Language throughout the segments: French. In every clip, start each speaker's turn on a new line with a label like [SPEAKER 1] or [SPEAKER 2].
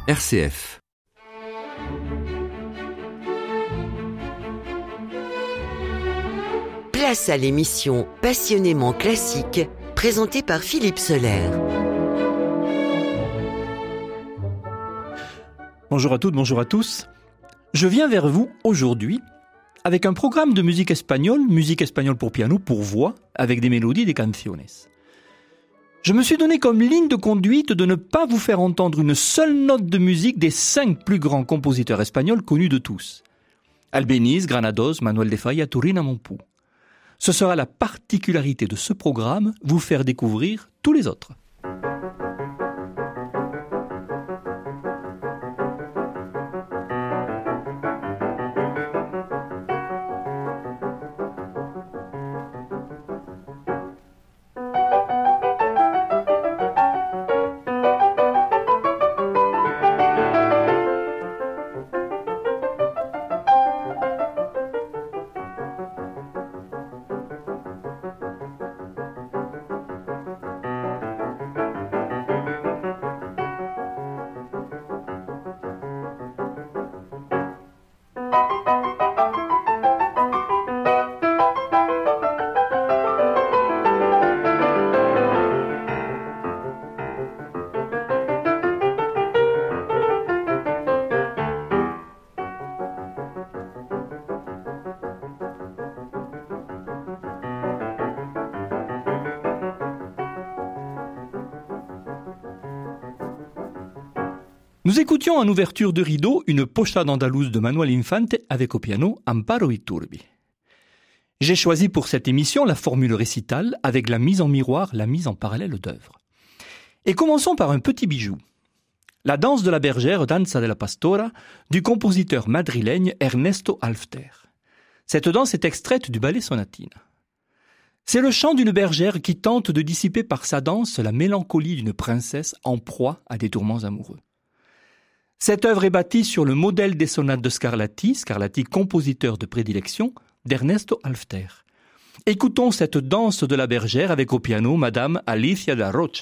[SPEAKER 1] RCF.
[SPEAKER 2] Place à l'émission Passionnément classique, présentée par Philippe Soler.
[SPEAKER 3] Bonjour à toutes, bonjour à tous. Je viens vers vous aujourd'hui avec un programme de musique espagnole pour piano, pour voix, avec des mélodies, des canciones. Je me suis donné comme ligne de conduite de ne pas vous faire entendre une seule note de musique des 5 plus grands compositeurs espagnols connus de tous. Albéniz, Granados, Manuel de Falla, Turina, Montpou. Ce sera la particularité de ce programme, vous faire découvrir tous les autres. Nous écoutions en ouverture de rideau une pochade andalouse de Manuel Infante avec au piano Amparo Iturbi. J'ai choisi pour cette émission la formule récitale avec la mise en miroir, la mise en parallèle d'œuvres. Et commençons par un petit bijou. La danse de la bergère, Danza de la Pastora, du compositeur madrilègne Ernesto Halffter. Cette danse est extraite du ballet Sonatine. C'est le chant d'une bergère qui tente de dissiper par sa danse la mélancolie d'une princesse en proie à des tourments amoureux. Cette œuvre est bâtie sur le modèle des sonates de Scarlatti, compositeur de prédilection, d'Ernesto Halffter. Écoutons cette danse de la bergère avec au piano Madame Alicia da Rocha.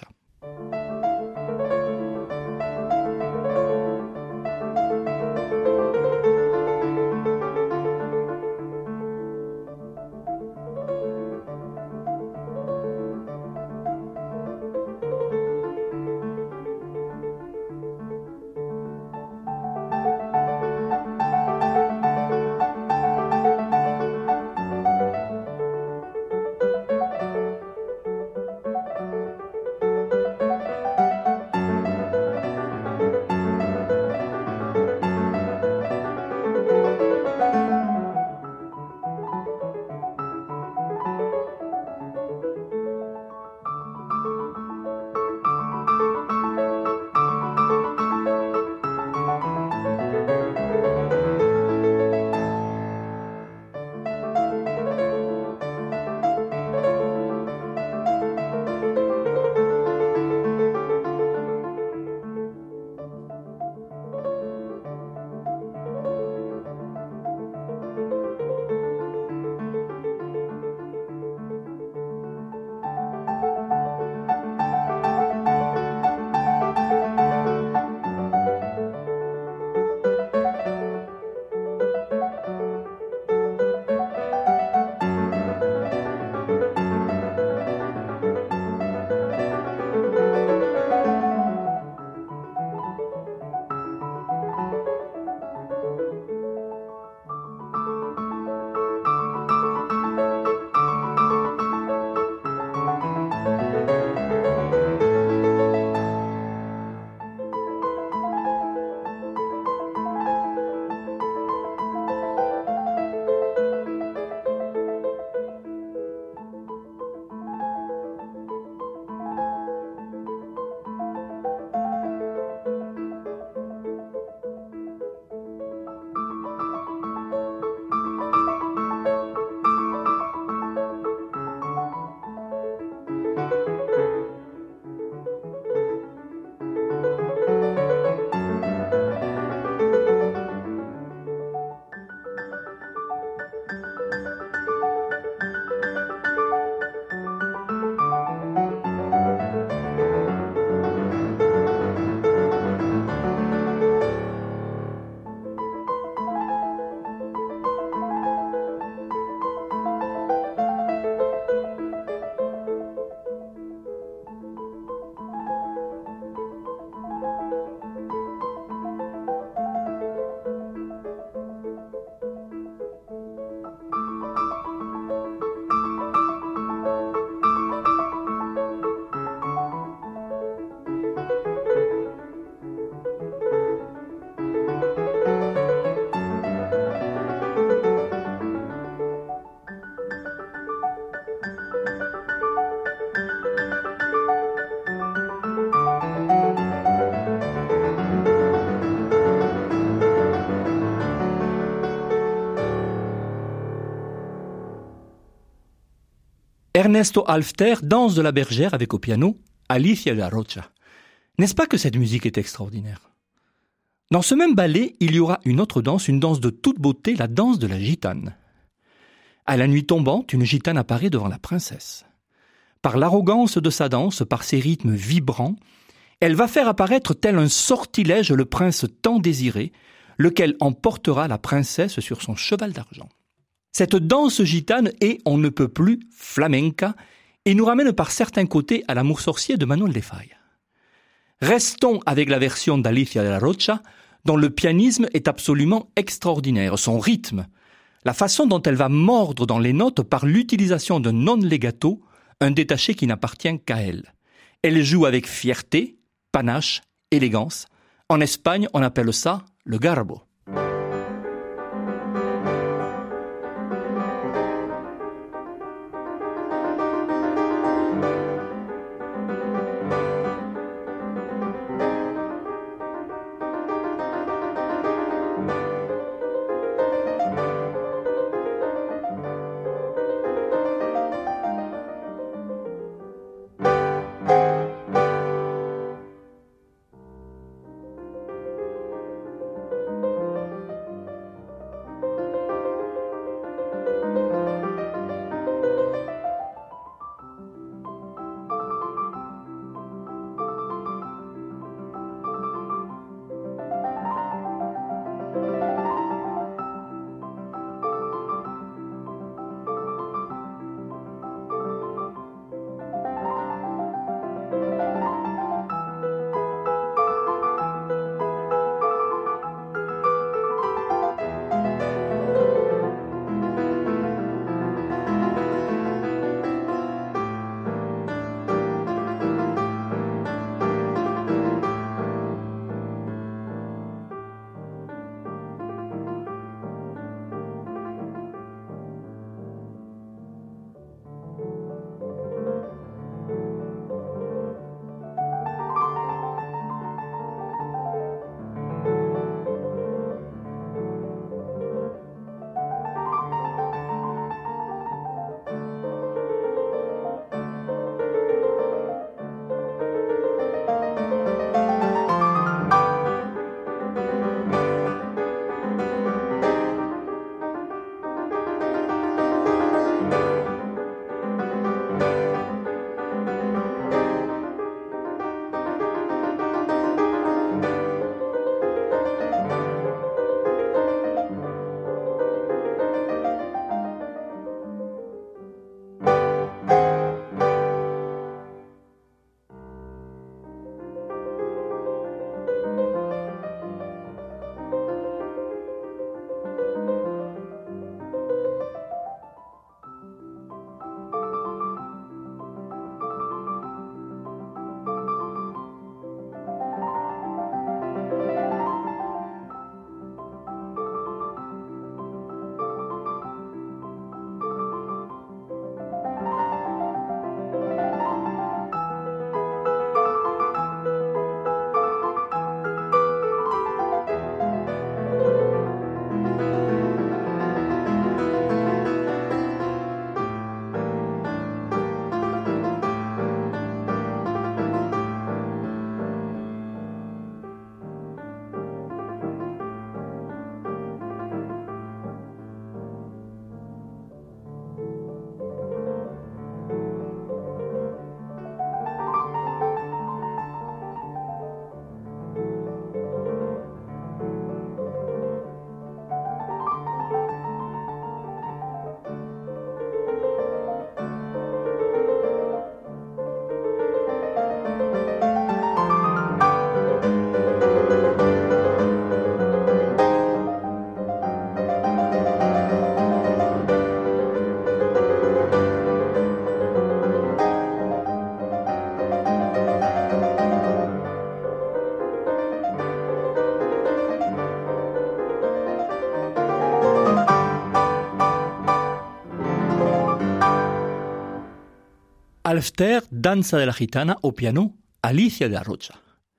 [SPEAKER 3] Ernesto Halffter danse de la bergère avec au piano Alicia de la Rocha. N'est-ce pas que cette musique est extraordinaire? Dans ce même ballet, il y aura une autre danse, une danse de toute beauté, la danse de la gitane. À la nuit tombante, une gitane apparaît devant la princesse. Par l'arrogance de sa danse, par ses rythmes vibrants, elle va faire apparaître tel un sortilège le prince tant désiré, lequel emportera la princesse sur son cheval d'argent. Cette danse gitane est, on ne peut plus, flamenca, et nous ramène par certains côtés à l'amour sorcier de Manuel de Falla. Restons avec la version d'Alicia de la Rocha, dont le pianisme est absolument extraordinaire. Son rythme, la façon dont elle va mordre dans les notes par l'utilisation d'un non-legato, un détaché qui n'appartient qu'à elle. Elle joue avec fierté, panache, élégance. En Espagne, on appelle ça le garbo. Halffter, Danza de la Gitana au piano, Alicia de la Rocha.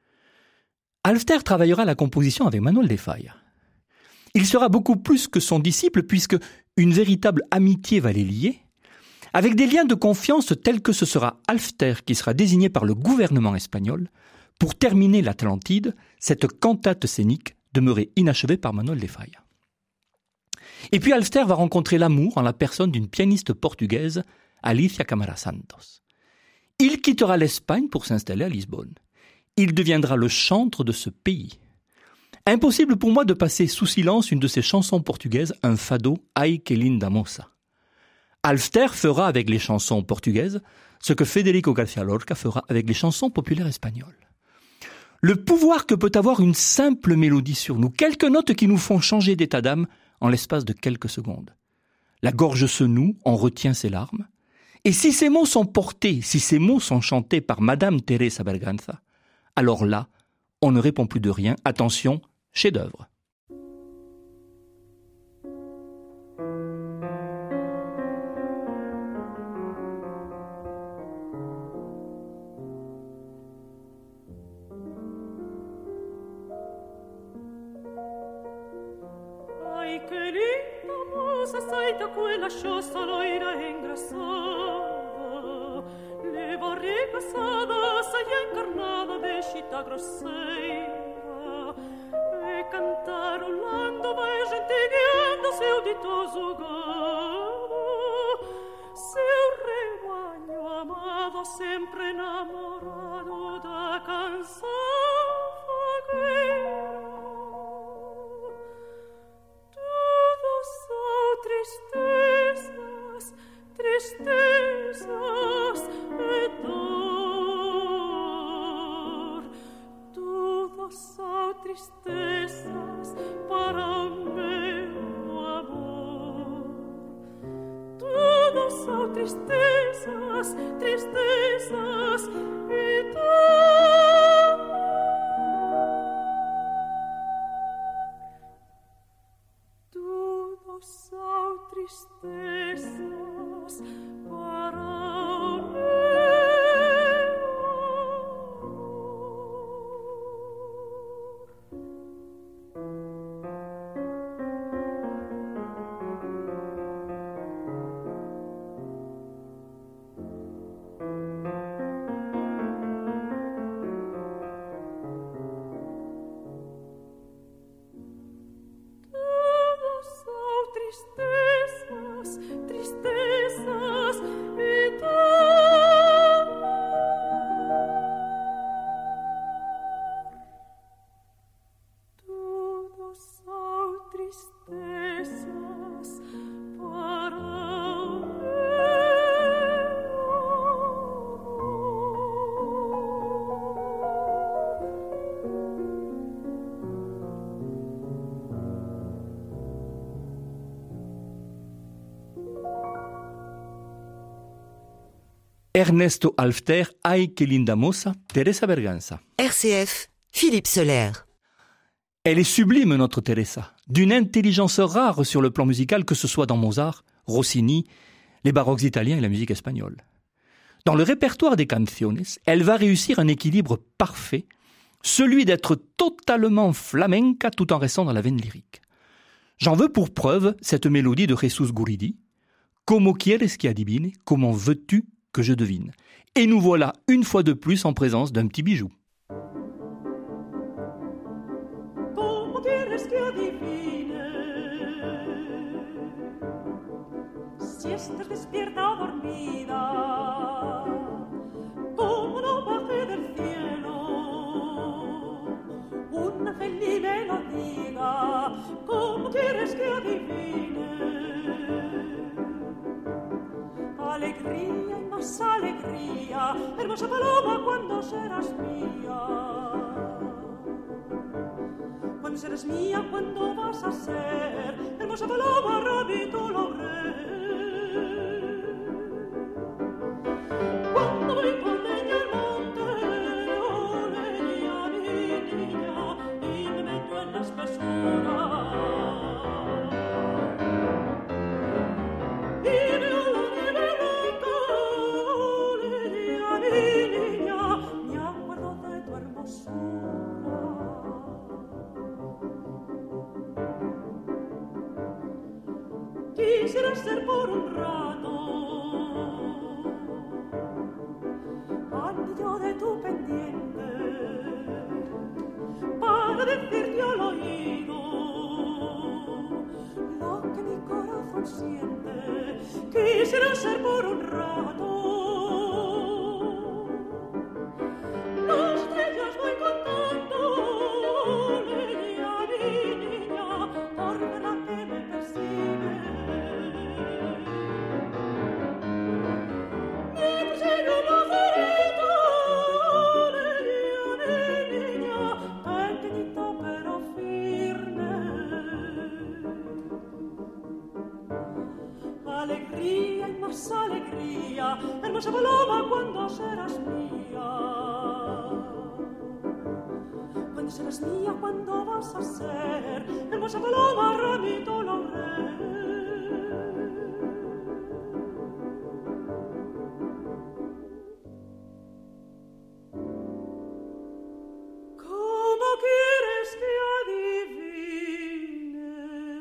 [SPEAKER 3] Halffter travaillera la composition avec Manuel de Falla. Il sera beaucoup plus que son disciple puisque une véritable amitié va les lier. Avec des liens de confiance tels que ce sera Halfter qui sera désigné par le gouvernement espagnol pour terminer l'Atlantide, cette cantate scénique demeurée inachevée par Manuel de Falla. Et puis Halfter va rencontrer l'amour en la personne d'une pianiste portugaise, Alicia Camara Santos. Il quittera l'Espagne pour s'installer à Lisbonne. Il deviendra le chantre de ce pays. Impossible pour moi de passer sous silence une de ses chansons portugaises, un fado, Ai que linda moça. Halfter fera avec les chansons portugaises ce que Federico García Lorca fera avec les chansons populaires espagnoles. Le pouvoir que peut avoir une simple mélodie sur nous, quelques notes qui nous font changer d'état d'âme en l'espace de quelques secondes. La gorge se noue, on retient ses larmes. Et si ces mots sont portés, si ces mots sont chantés par Madame Teresa Berganza, alors là, on ne répond plus de rien. Attention, chef-d'œuvre.
[SPEAKER 1] Ai che linda moça, sai da quella scioscia loira engraçada, le barriga assada, sai encarnada de chita grosseira, e cantarolando vai gentilhando seu ditoso gado, seu rebanho amado, sempre namorado da canção fagueira. Tristezas, tristezas e dor. Tudo são tristezas para o meu amor. Tudo são tristezas, tristezas e dor. Tudo são tristezas para o meu
[SPEAKER 3] Ernesto Halfter, Ai que linda moça, Teresa Berganza.
[SPEAKER 2] RCF, Philippe Soler.
[SPEAKER 3] Elle est sublime, notre Teresa, d'une intelligence rare sur le plan musical, que ce soit dans Mozart, Rossini, les baroques italiens et la musique espagnole. Dans le répertoire des canciones, elle va réussir un équilibre parfait, celui d'être totalement flamenca tout en restant dans la veine lyrique. J'en veux pour preuve cette mélodie de Jesus Guridi, Como quieres que adivine, comment veux-tu que je devine. Et nous voilà une fois de plus en présence d'un petit bijou.
[SPEAKER 1] Como quieres que adivine si estás despierta o dormida? Como no baje del cielo un ángel y me lo diga. Como quieres que adivine alegría y más alegría, hermosa paloma, cuando serás mía. Cuando serás mía, cuando vas a ser hermosa paloma, rabito logré. Cuando voy por leña al monte, olería mi niña, y me meto en la espesura. Quisiera ser por un rato tu pendiente para decirte al oído lo que mi corazón siente. Quisiera ser por un rato las estrellas voy contando, niña, mi niña, por la que me persigue. Mi enseño Lazarito, niña, mi niña, pequeñito pero firme. Alegría y más alegría, hermosa paloma, cuando serás mía. Cuando serás mía, cuando vas a ser hermosa paloma, ramito laurel. ¿Cómo quieres que adivine?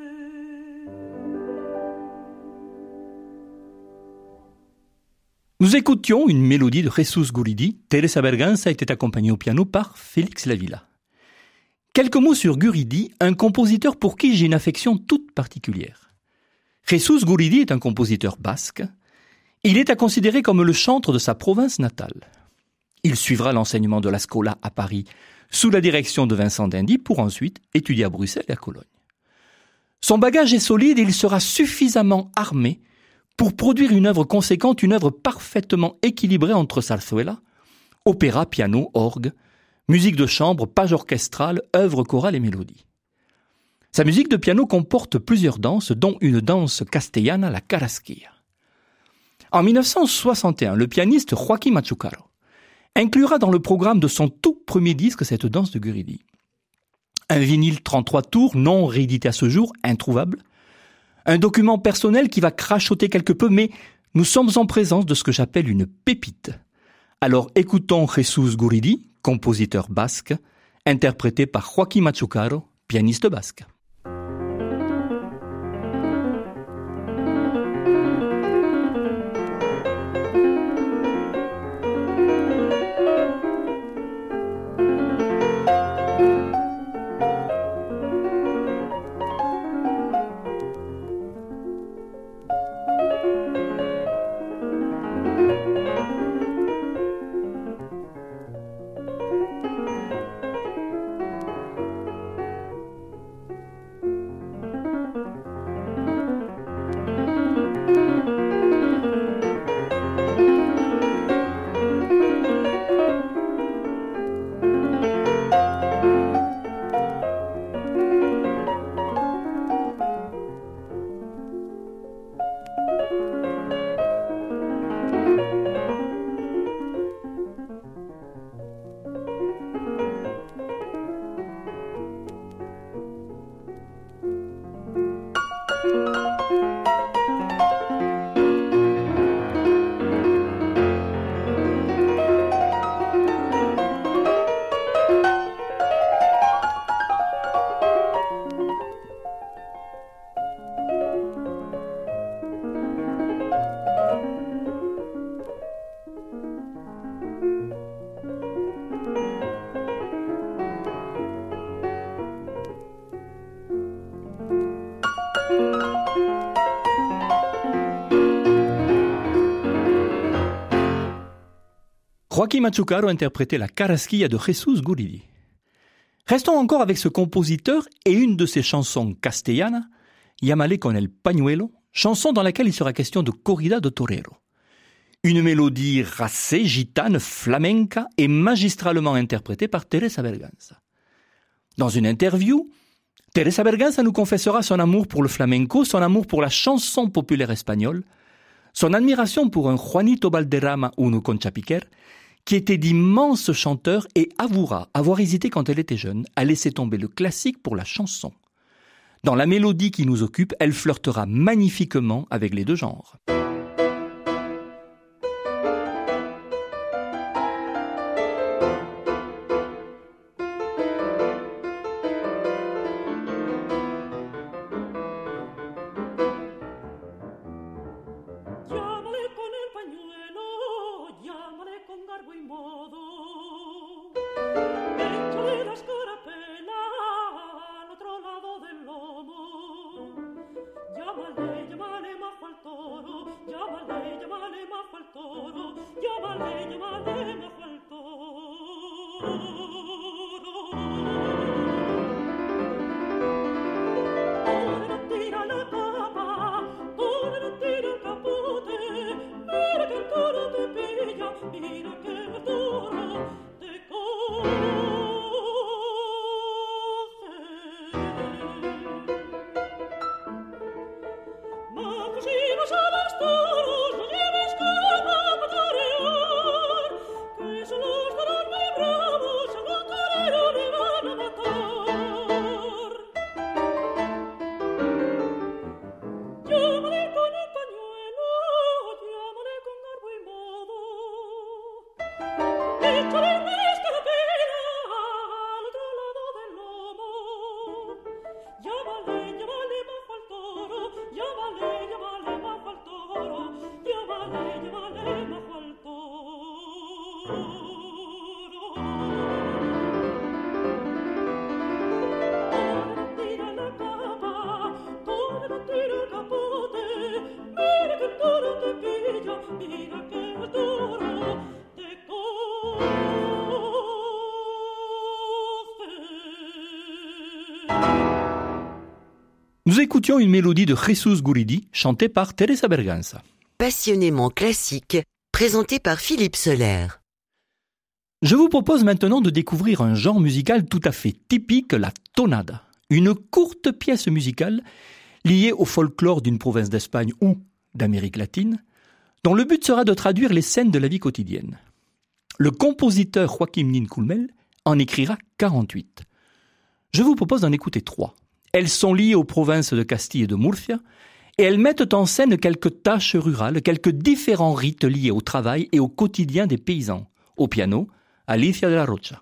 [SPEAKER 3] Nous écoutions une mélodie de Jesus Guridi. Teresa Berganza était accompagnée au piano par Félix Lavilla. Quelques mots sur Guridi, un compositeur pour qui j'ai une affection toute particulière. Jesus Guridi est un compositeur basque. Il est à considérer comme le chantre de sa province natale. Il suivra l'enseignement de la Scola à Paris sous la direction de Vincent d'Indy pour ensuite étudier à Bruxelles et à Cologne. Son bagage est solide et il sera suffisamment armé pour produire une œuvre conséquente, une œuvre parfaitement équilibrée entre zarzuela, opéra, piano, orgue, musique de chambre, page orchestrale, œuvre chorale et mélodie. Sa musique de piano comporte plusieurs danses, dont une danse castellana, la carrasquilla. En 1961, le pianiste Joaquín Machucaro inclura dans le programme de son tout premier disque cette danse de Guridi. Un vinyle 33 tours, non réédité à ce jour, introuvable. Un document personnel qui va crachoter quelque peu, mais nous sommes en présence de ce que j'appelle une pépite. Alors écoutons Jesus Guridi, compositeur basque, interprété par Joaquín Machucaro, pianiste basque. Joaquín Machucaro interprétait la Carrasquilla de Jesus Guridi. Restons encore avec ce compositeur et une de ses chansons castellanas, Llámale con el pañuelo, chanson dans laquelle il sera question de corrida de torero. Une mélodie racée, gitane, flamenca et magistralement interprétée par Teresa Berganza. Dans une interview, Teresa Berganza nous confessera son amour pour le flamenco, son amour pour la chanson populaire espagnole, son admiration pour un Juanito Valderrama ou une Concha Piquer, qui étaient d'immenses chanteurs et avouera avoir hésité quand elle était jeune à laisser tomber le classique pour la chanson. Dans la mélodie qui nous occupe, elle flirtera magnifiquement avec les deux genres.
[SPEAKER 1] Llámale con el pañuelo, llámale con garbo y modo.
[SPEAKER 3] Nous écoutions une mélodie de Jesus Guridi, chantée par Teresa Berganza.
[SPEAKER 2] Passionnément classique, présenté par Philippe Soler.
[SPEAKER 3] Je vous propose maintenant de découvrir un genre musical tout à fait typique, la tonada. Une courte pièce musicale liée au folklore d'une province d'Espagne ou d'Amérique latine, dont le but sera de traduire les scènes de la vie quotidienne. Le compositeur Joaquim Nin Culmel en écrira 48. Je vous propose d'en écouter 3. Elles sont liées aux provinces de Castille et de Murcia, et elles mettent en scène quelques tâches rurales, quelques différents rites liés au travail et au quotidien des paysans. Au piano, Alicia de la Rocha.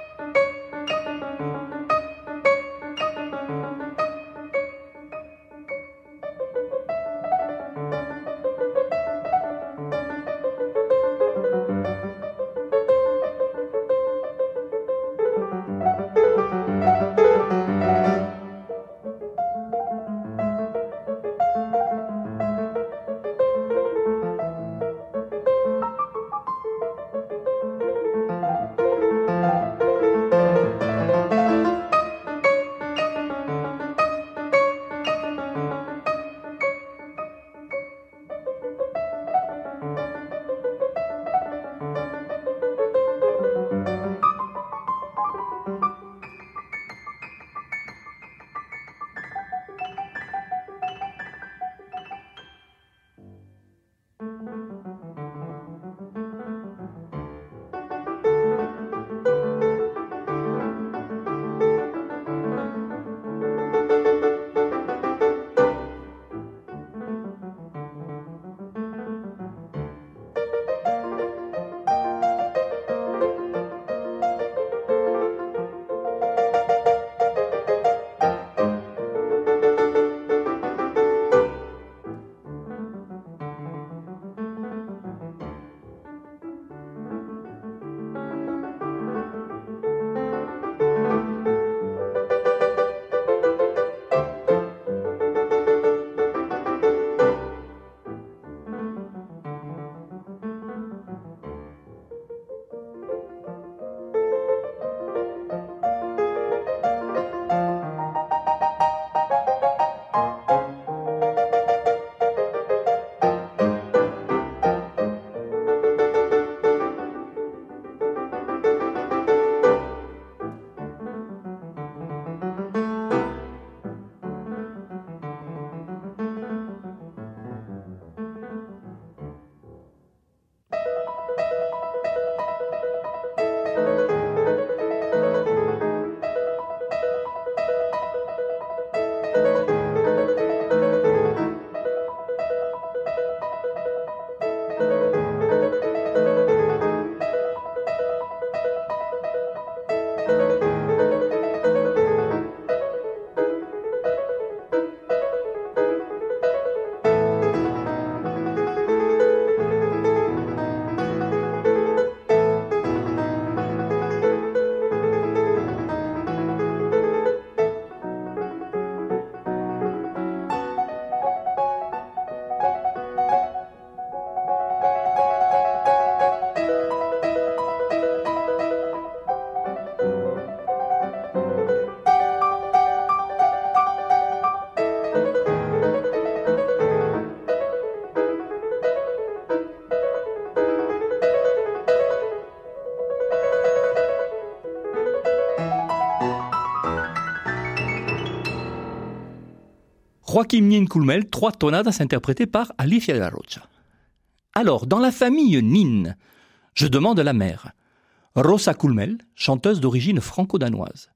[SPEAKER 3] Joaquim Nin Culmel, 3 tonadas interprétées par Alicia de la Rocha. Alors, dans la famille Nin, je demande la mère, Rosa Culmel, chanteuse d'origine franco-danoise.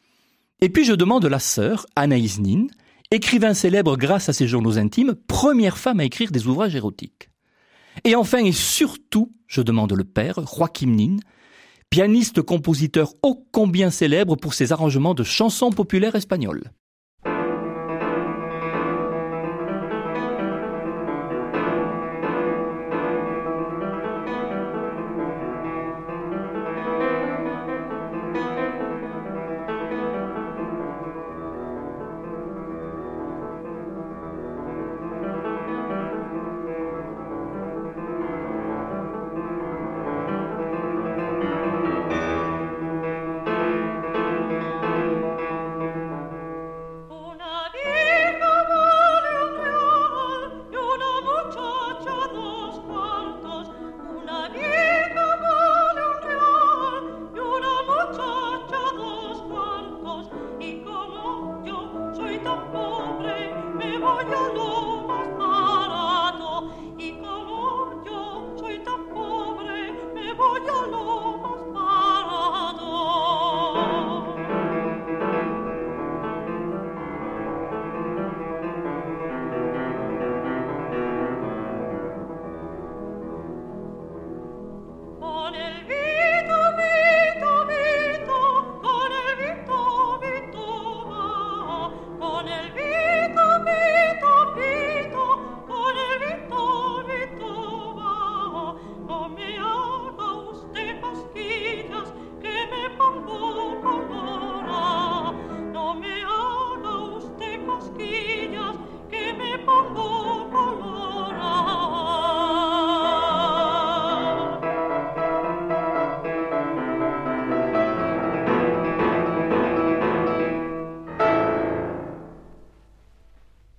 [SPEAKER 3] Et puis je demande la sœur, Anaïs Nin, écrivain célèbre grâce à ses journaux intimes, première femme à écrire des ouvrages érotiques. Et enfin et surtout, je demande le père, Joaquim Nin, pianiste-compositeur ô combien célèbre pour ses arrangements de chansons populaires espagnoles.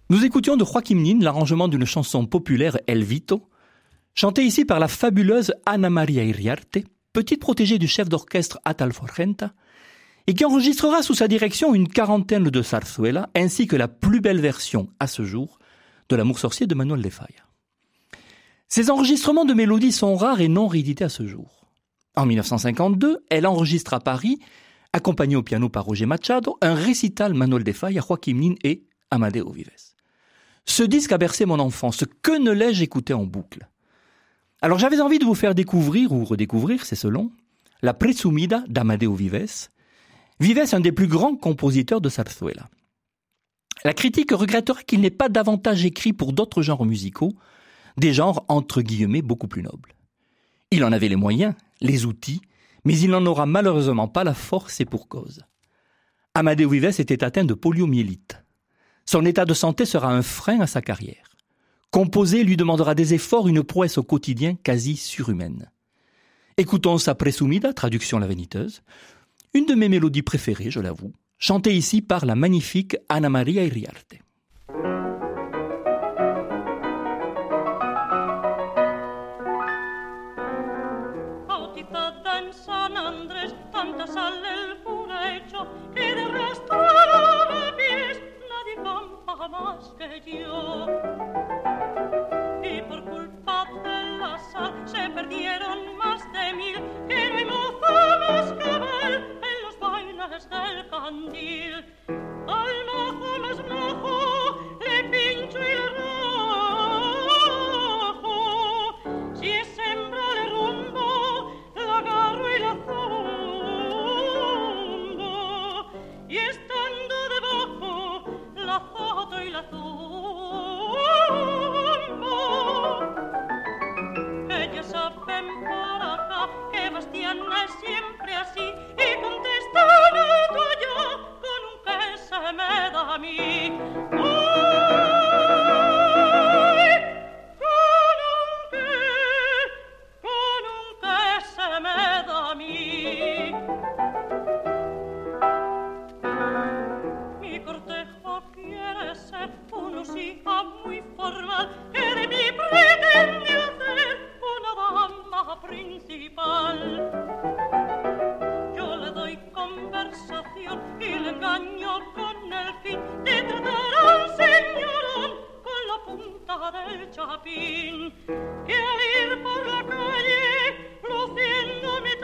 [SPEAKER 3] Nous écoutions de Joaquim Nin l'arrangement d'une chanson populaire El Vito, chantée ici par la fabuleuse Ana Maria Iriarte, petite protégée du chef d'orchestre Atalfo Argenta, et qui enregistrera sous sa direction une quarantaine de zarzuelas, ainsi que la plus belle version, à ce jour, de L'Amour sorcier de Manuel de Falla. Ces enregistrements de mélodies sont rares et non réédités à ce jour. En 1952, elle enregistre à Paris, accompagnée au piano par Roger Machado, un récital Manuel de Falla, Joaquim Nin et Amadeo Vives. Ce disque a bercé mon enfance, que ne l'ai-je écouté en boucle. Alors j'avais envie de vous faire découvrir, ou redécouvrir, c'est selon, la Presumida d'Amadeo Vives. Vives, un des plus grands compositeurs de zarzuela. La critique regrettera qu'il n'ait pas davantage écrit pour d'autres genres musicaux, des genres entre guillemets beaucoup plus nobles. Il en avait les moyens, les outils, mais il n'en aura malheureusement pas la force et pour cause. Amadeo Vives était atteint de poliomyélite. Son état de santé sera un frein à sa carrière. Composer lui demandera des efforts, une prouesse au quotidien quasi surhumaine. Écoutons sa Presumida, traduction La Vaniteuse, une de mes mélodies préférées, je l'avoue, chantée ici par la magnifique Ana Maria Iriarte.
[SPEAKER 1] Bautizada en San Andrés, tanta sale el furecho, que de arrastrar a pies nadie campa más que yo. Y por culpa de la sal se perdieron más de 1000, que no hay moza más cabal en los bailes del candil. Al majo más majo le pincho y le rojo, si es hembra le rumbo, la agarro y la zumbo, y estando debajo la foto y la zumbo. Ellas saben por acá que Bastián es siempre así, y contestan a tuyo con un que se me da a mí. Con un que se me da a mí. Mi cortejo quiere ser una hija muy formal, que de mí pretende hacer una dama principal. Yo le doy conversación y le engaño con el fin de tratar al señorón con la punta del chapín, que al ir por la calle luciendo mi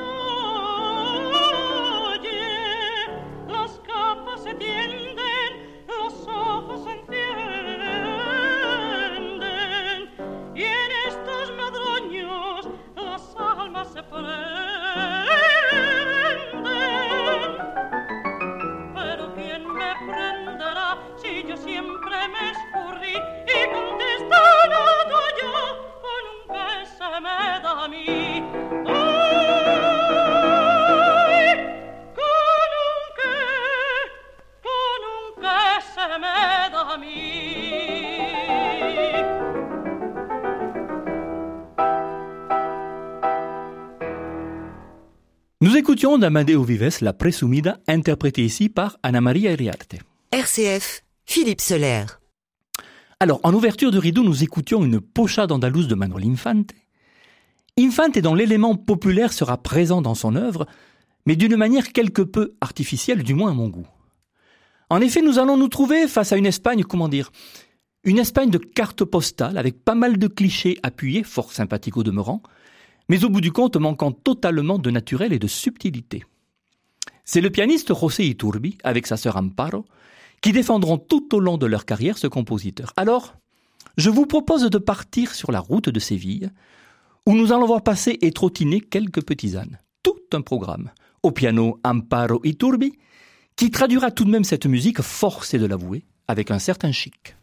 [SPEAKER 1] talle, las capas se tienden, los ojos se encienden, y en estos madroños las almas se prenden. Pero ¿quién me prenderá si yo siempre me escurrí y contestan a yo con un que se me da a mí? ¡Ay! Con un que se me da a mí.
[SPEAKER 3] Nous écoutions d'Amadeo Vives la Presumida, interprétée ici par Ana Maria Iriarte.
[SPEAKER 2] RCF, Philippe Soler.
[SPEAKER 3] Alors, en ouverture de rideau, nous écoutions une pochade andalouse de Manuel Infante. Infante, dont l'élément populaire sera présent dans son œuvre, mais d'une manière quelque peu artificielle, du moins à mon goût. En effet, nous allons nous trouver face à une Espagne, une Espagne de cartes postales, avec pas mal de clichés appuyés, fort sympathiques au demeurant, mais au bout du compte manquant totalement de naturel et de subtilité. C'est le pianiste José Iturbi, avec sa sœur Amparo, qui défendront tout au long de leur carrière ce compositeur. Alors, je vous propose de partir sur la route de Séville, où nous allons voir passer et trottiner quelques petits ânes. Tout un programme. Au piano, Amparo Iturbi, qui traduira tout de même cette musique, forcée de l'avouer, avec un certain chic.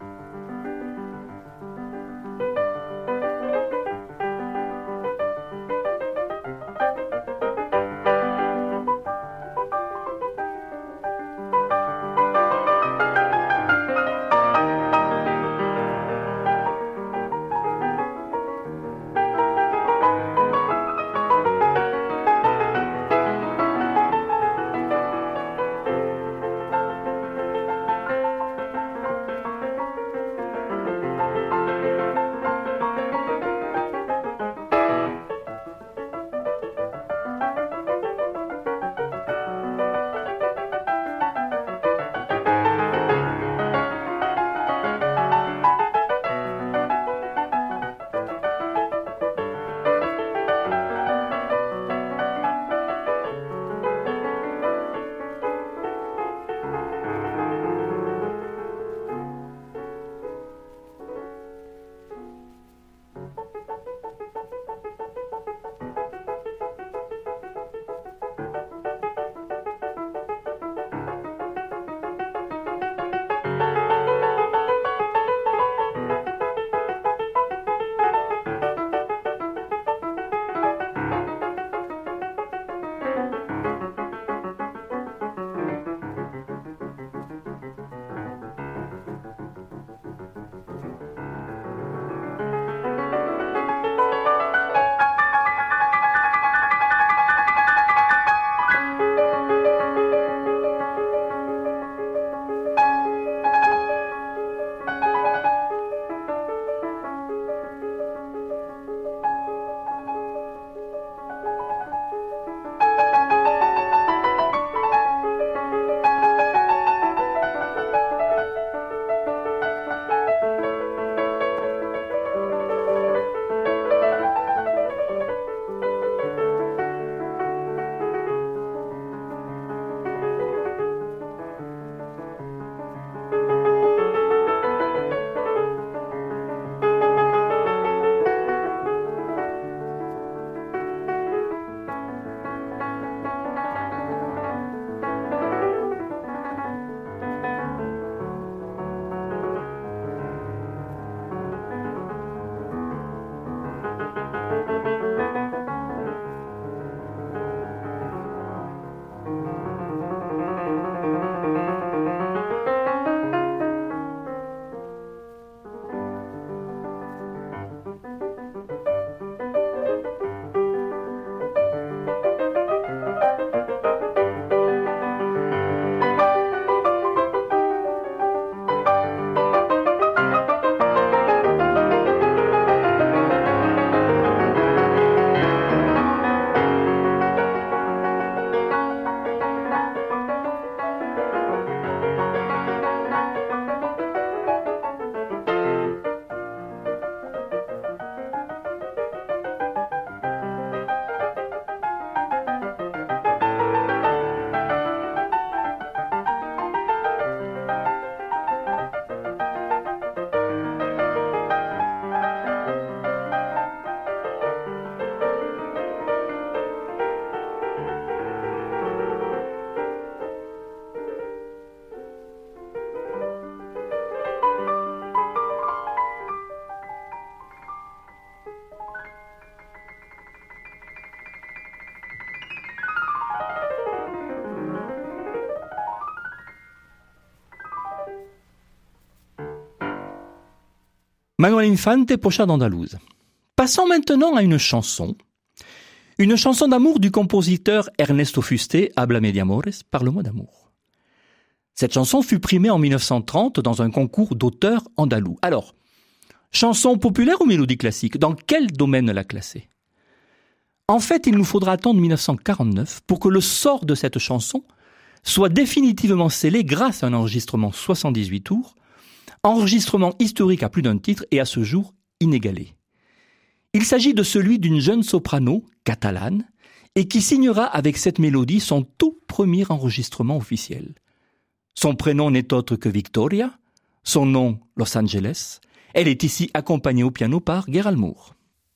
[SPEAKER 3] Manuel Infante, Pocha d'Andalouse. Passons maintenant à une chanson d'amour du compositeur Ernesto Fuste, Háblame de amores, Parle-moi d'amour. Cette chanson fut primée en 1930 dans un concours d'auteurs andalous. Alors, chanson populaire ou mélodie classique? Dans quel domaine la classer? En fait, il nous faudra attendre 1949 pour que le sort de cette chanson soit définitivement scellé grâce à un enregistrement 78 tours, enregistrement historique à plus d'un titre et à ce jour inégalé. Il s'agit de celui d'une jeune soprano catalane et qui signera avec cette mélodie son tout premier enregistrement officiel. Son prénom n'est autre que Victoria, son nom Los Angeles. Elle est ici accompagnée au piano par Gerald Moore.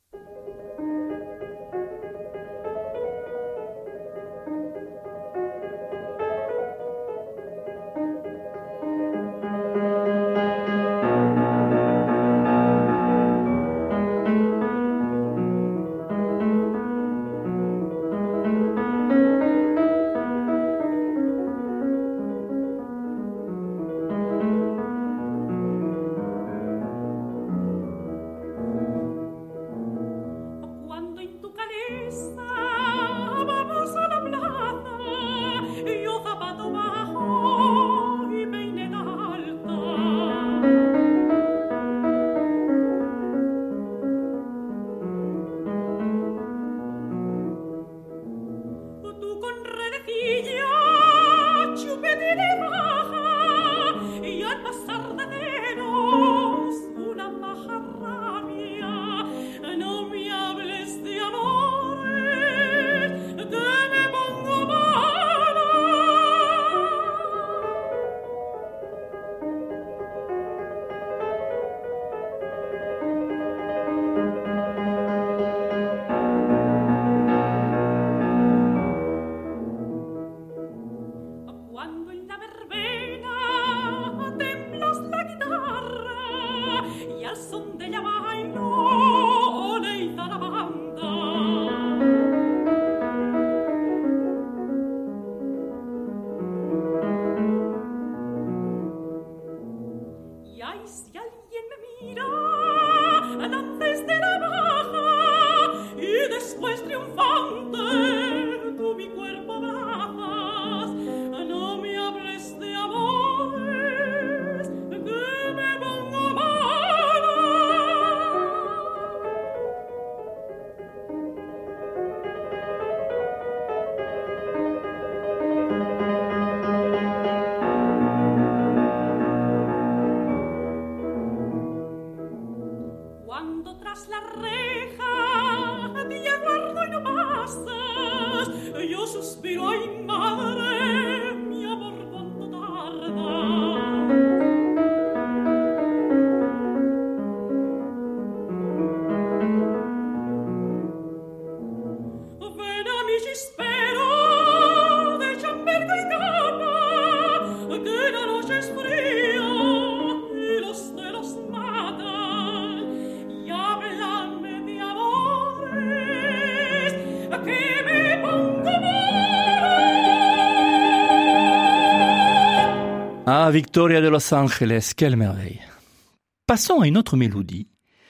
[SPEAKER 3] Ah, Victoria de Los Angeles, quelle merveille. Passons à une autre mélodie.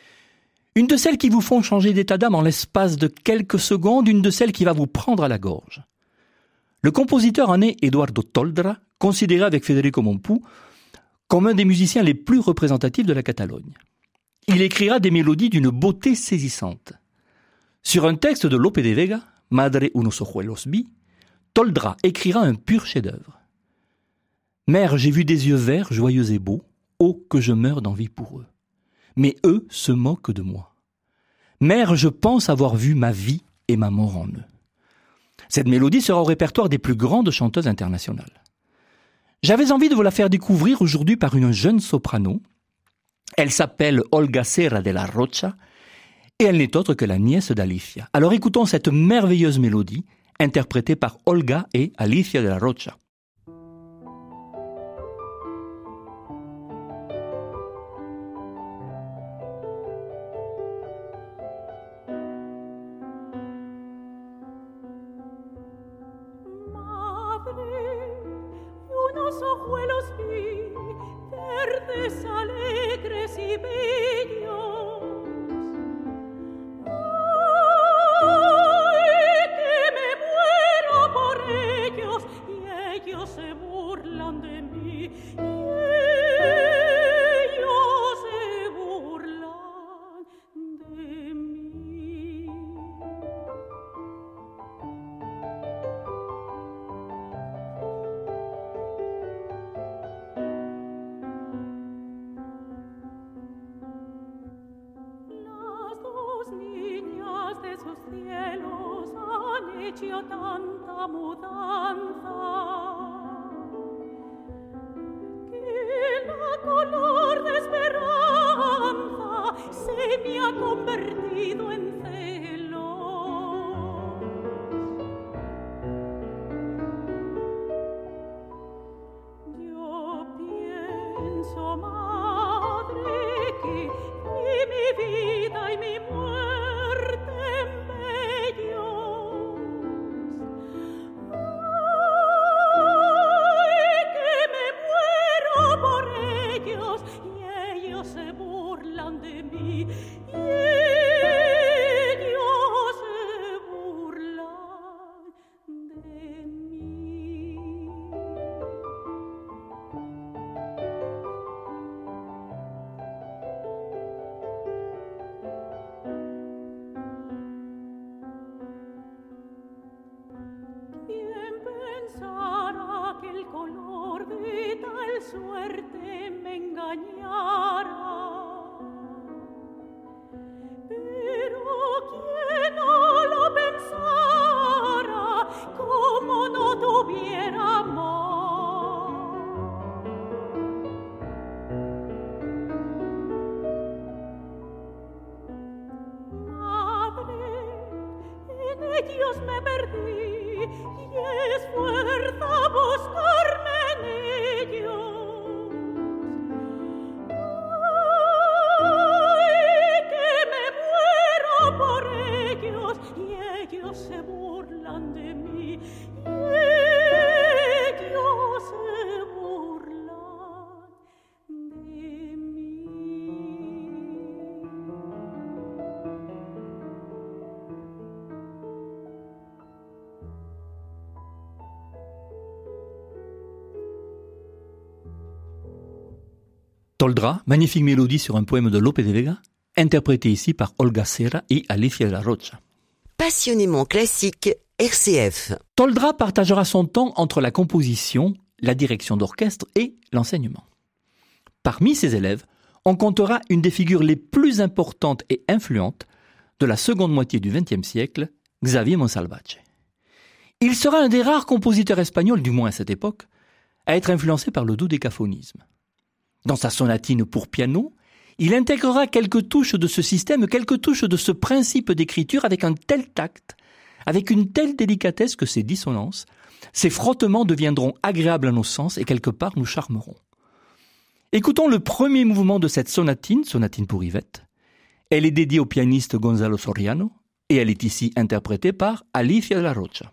[SPEAKER 3] Une de celles qui vous font changer d'état d'âme en l'espace de quelques secondes, une de celles qui va vous prendre à la gorge. Le compositeur en est Eduardo Toldra, considéré avec Federico Mompou comme un des musiciens les plus représentatifs de la Catalogne. Il écrira des mélodies d'une beauté saisissante. Sur un texte de Lope de Vega, Madre unos ojuelos vi, Toldra écrira un pur chef-d'œuvre. Mère, j'ai vu des yeux verts, joyeux et beaux, oh que je meurs d'envie pour eux. Mais eux se moquent de moi. Mère, je pense avoir vu ma vie et ma mort en eux. Cette mélodie sera au répertoire des plus grandes chanteuses internationales. J'avais envie de vous la faire découvrir aujourd'hui par une jeune soprano. Elle s'appelle Olga Serra de la Rocha et elle n'est autre que la nièce d'Alicia. Alors écoutons cette merveilleuse mélodie interprétée par Olga et Alicia de la Rocha.
[SPEAKER 1] Una los ojuelos vi, verdes, alegres y bellos. ¡Ay, que me muero por ellos! Y ellos se burlan de mí. Y ellos se burlan de mí. Las dos niñas de sus cielos han hecho tanta mudanza que la color de esperanza se me ha convertido en celos. Yo pienso, madre, que mi vida y mi muerte en bellos. ¡Ay, que me muero por ellos! Y ellos se burlan de mí. Y ellos se burlan de mí. ¿Quién pensara que el color de tal suerte me engañara? Pero quien no lo pensara, como no tuviera amor. Madre, en ellos me perdí y es fuerza buscarme en ellos. ¡Ay, que me muero por ellos! Y ellos se burlan de mí. Y ellos se burlan de mí.
[SPEAKER 3] Toldra, magnifique mélodie sur un poème de Lope de Vega, interprété ici par Olga Serra et Alicia de la Rocha.
[SPEAKER 2] Passionnément classique, RCF.
[SPEAKER 3] Toldra partagera son temps entre la composition, la direction d'orchestre et l'enseignement. Parmi ses élèves, on comptera une des figures les plus importantes et influentes de la seconde moitié du XXe siècle, Xavier Monsalvatge. Il sera un des rares compositeurs espagnols, du moins à cette époque, à être influencé par le dodécaphonisme. Dans sa sonatine pour piano, il intégrera quelques touches de ce système, quelques touches de ce principe d'écriture avec un tel tact, avec une telle délicatesse que ces dissonances, ces frottements deviendront agréables à nos sens et quelque part nous charmeront. Écoutons le premier mouvement de cette sonatine pour Yvette. Elle est dédiée au pianiste Gonzalo Soriano et elle est ici interprétée par Alicia de la Rocha.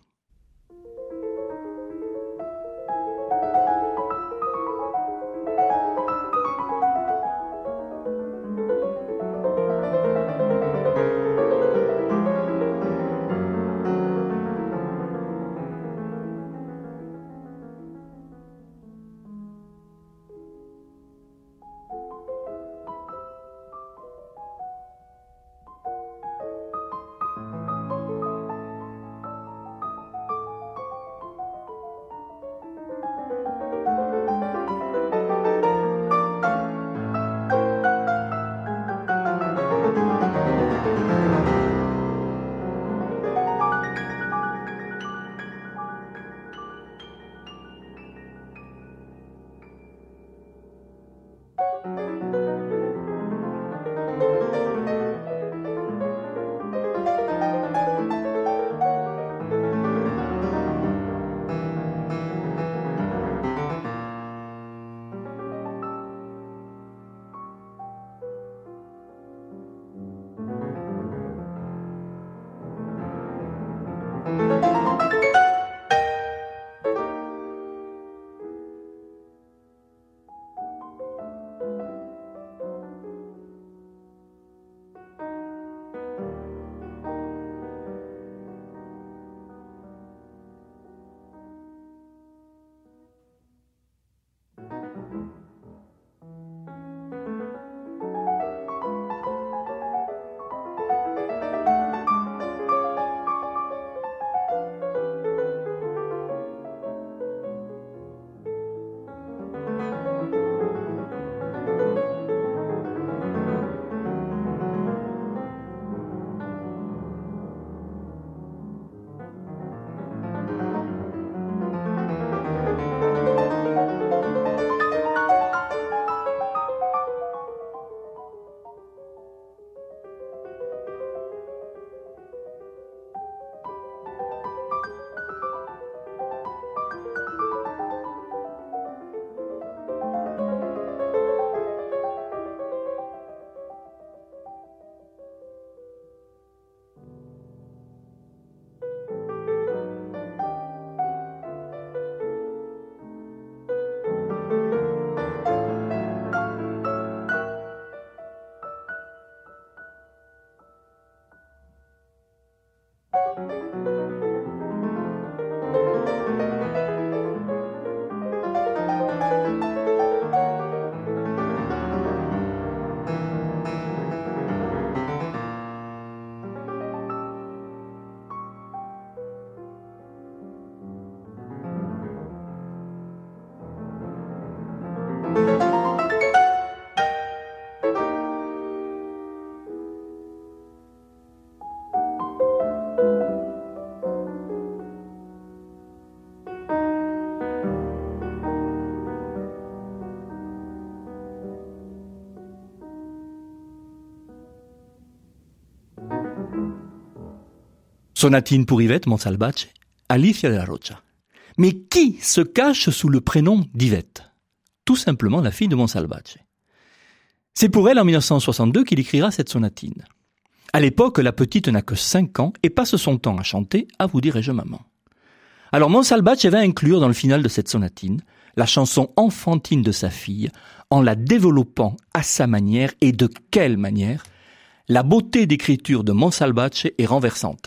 [SPEAKER 3] Sonatine pour Yvette Monsalvatge, Alicia de la Rocha. Mais qui se cache sous le prénom d'Yvette? Tout simplement la fille de Monsalvatge. C'est pour elle en 1962 qu'il écrira cette sonatine. À l'époque, la petite n'a que 5 ans et passe son temps à chanter « À vous dirai-je maman ». Alors Monsalvatge va inclure dans le final de cette sonatine la chanson enfantine de sa fille en la développant à sa manière, et de quelle manière? La beauté d'écriture de Monsalvatge est renversante.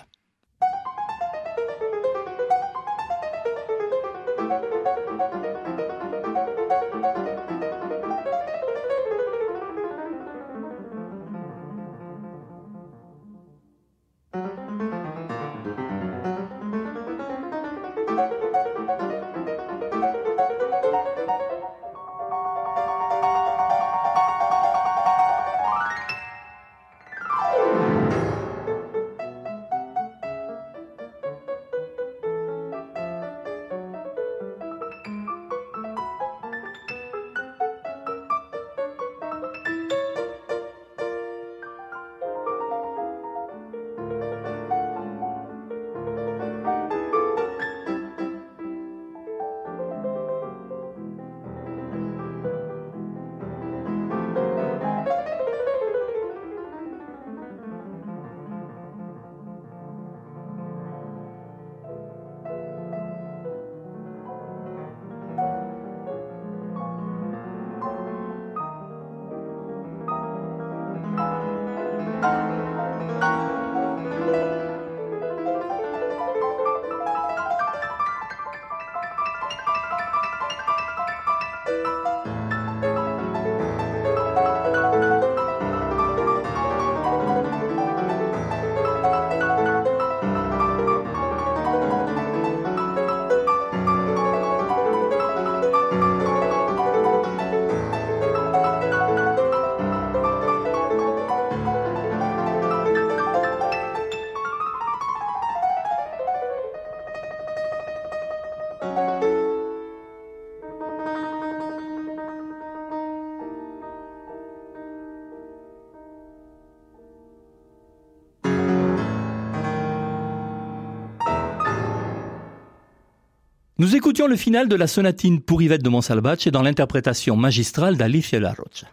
[SPEAKER 3] Nous écoutions le final de la sonatine pour Yvette de Monsalvatge dans l'interprétation magistrale d'Alicia de la Rocha.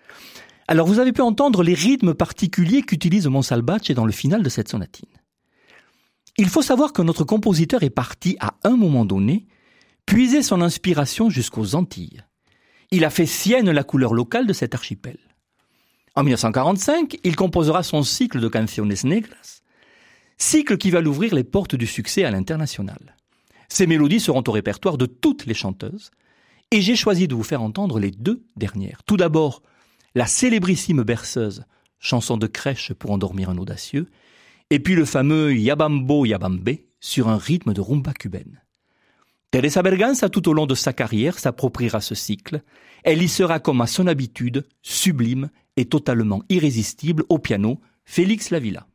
[SPEAKER 3] Alors vous avez pu entendre les rythmes particuliers qu'utilise Monsalvatge dans le final de cette sonatine. Il faut savoir que notre compositeur est parti à un moment donné puiser son inspiration jusqu'aux Antilles. Il a fait sienne la couleur locale de cet archipel. En 1945, il composera son cycle de Canciones Negras, cycle qui va l'ouvrir les portes du succès à l'international. Ces mélodies seront au répertoire de toutes les chanteuses, et j'ai choisi de vous faire entendre les 2 dernières. Tout d'abord, la célébrissime berceuse, chanson de crèche pour endormir un audacieux, et puis le fameux Yabambo Yabambe sur un rythme de rumba cubaine. Teresa Berganza, tout au long de sa carrière, s'appropriera ce cycle. Elle y sera, comme à son habitude, sublime et totalement irrésistible au piano, Félix Lavilla.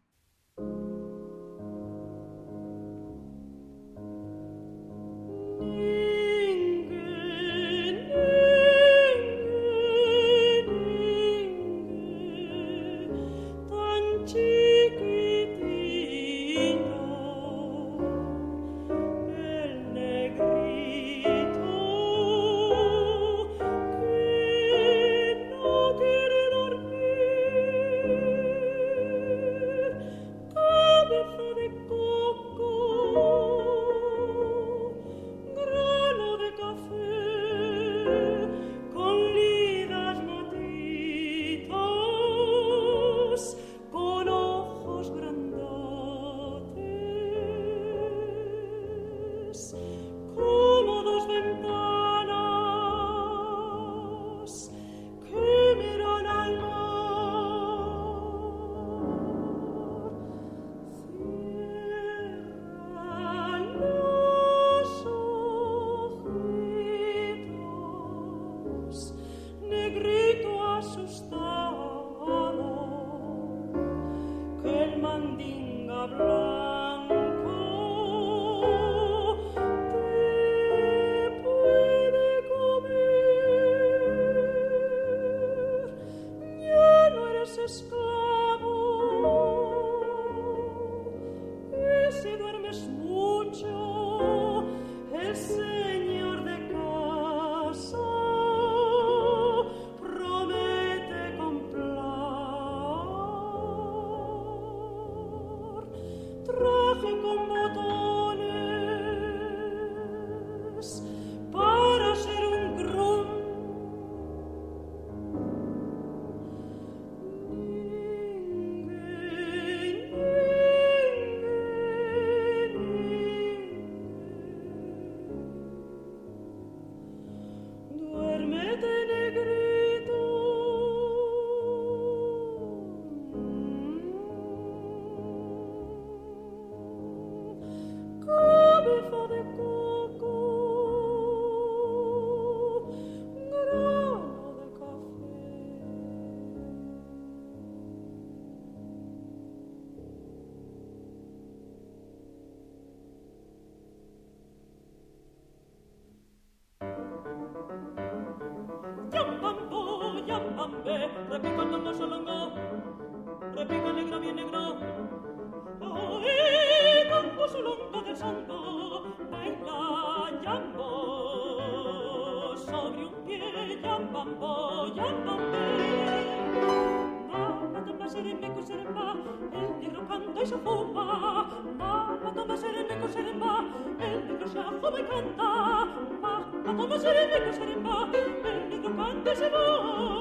[SPEAKER 1] repica el tango solongo, repica negro bien negro. Ay, tango solongo del santo, baila jambo, sobre un pie jambambo, jambambe. Mamma toma serembe con seremba, el negro canta y se fuma. Mamma toma serembe con seremba, el negro se afuma y canta. Mamma toma serembe con seremba, el negro canta y se va.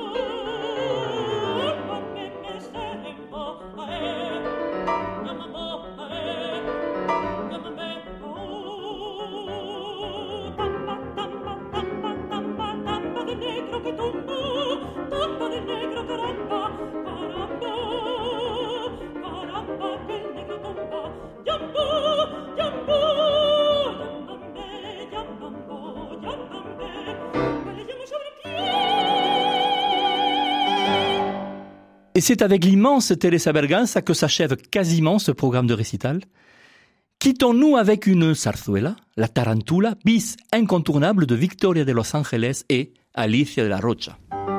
[SPEAKER 1] Mamma me serembo, ae, llamambo, ae, llámame, oh. Tamba, tamba, tamba, tamba, tamba de negro que tumba, tamba de negro caramba, caramba, caramba que el negro tumba, jambo, jambo, jambambe, jambambo, jambambe, balayamos sobre el pie.
[SPEAKER 3] Et c'est avec l'immense Teresa Berganza que s'achève quasiment ce programme de récital. Quittons-nous avec une zarzuela, la Tarantula, bis incontournable de Victoria de Los Angeles et Alicia de la Rocha.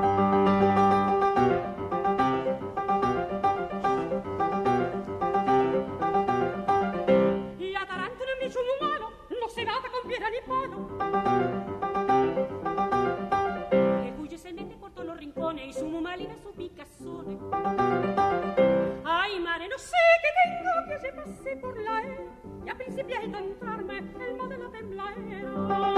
[SPEAKER 1] La tarantola mi su umano, no se va a compiere ni mono. Le cui se mette corto los rincones y su mumalina su picazzone. Ay, mare, no sé qué tengo que se pase por la E y a principiar a entrarme el mal de la tembladera.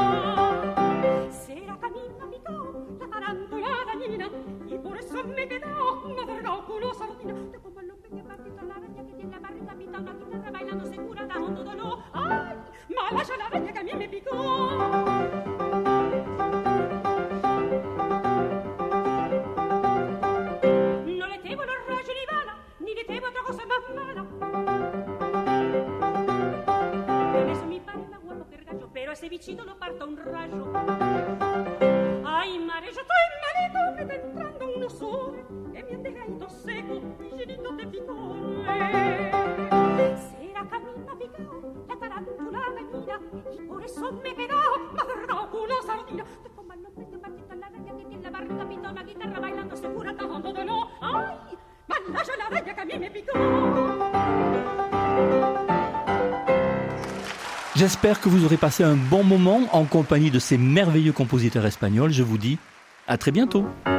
[SPEAKER 1] Será que a mí me ha picado la tarántula dañina y por eso me he quedado, me ha alargado con los sardinas. De como los pequeños partidos la araña que tiene la barriga pinta una guitarra bailando segura, dando todo lo. Ay, mala ya la araña que a mí me picó. No le temo los rayos ni balas, ni le temo otra cosa más mala. Por eso mi padre es más guapo que el gallo, pero ese bichito lo parto a un rayo. Ay, mare, yo estoy malito, me está entrando unos sobres que me han dejado seco y llenito de picones. Será que a mí me ha picado la tarántula dañina y por eso me he quedado más agarrado con una sardina. Te coman los peces partitos la araña que tiene la barriga pinta una guitarra bailando segura, tajando de no. Ay, mala yo la araña que a mí me picó.
[SPEAKER 3] J'espère que vous aurez passé un bon moment en compagnie de ces merveilleux compositeurs espagnols. Je vous dis à très bientôt.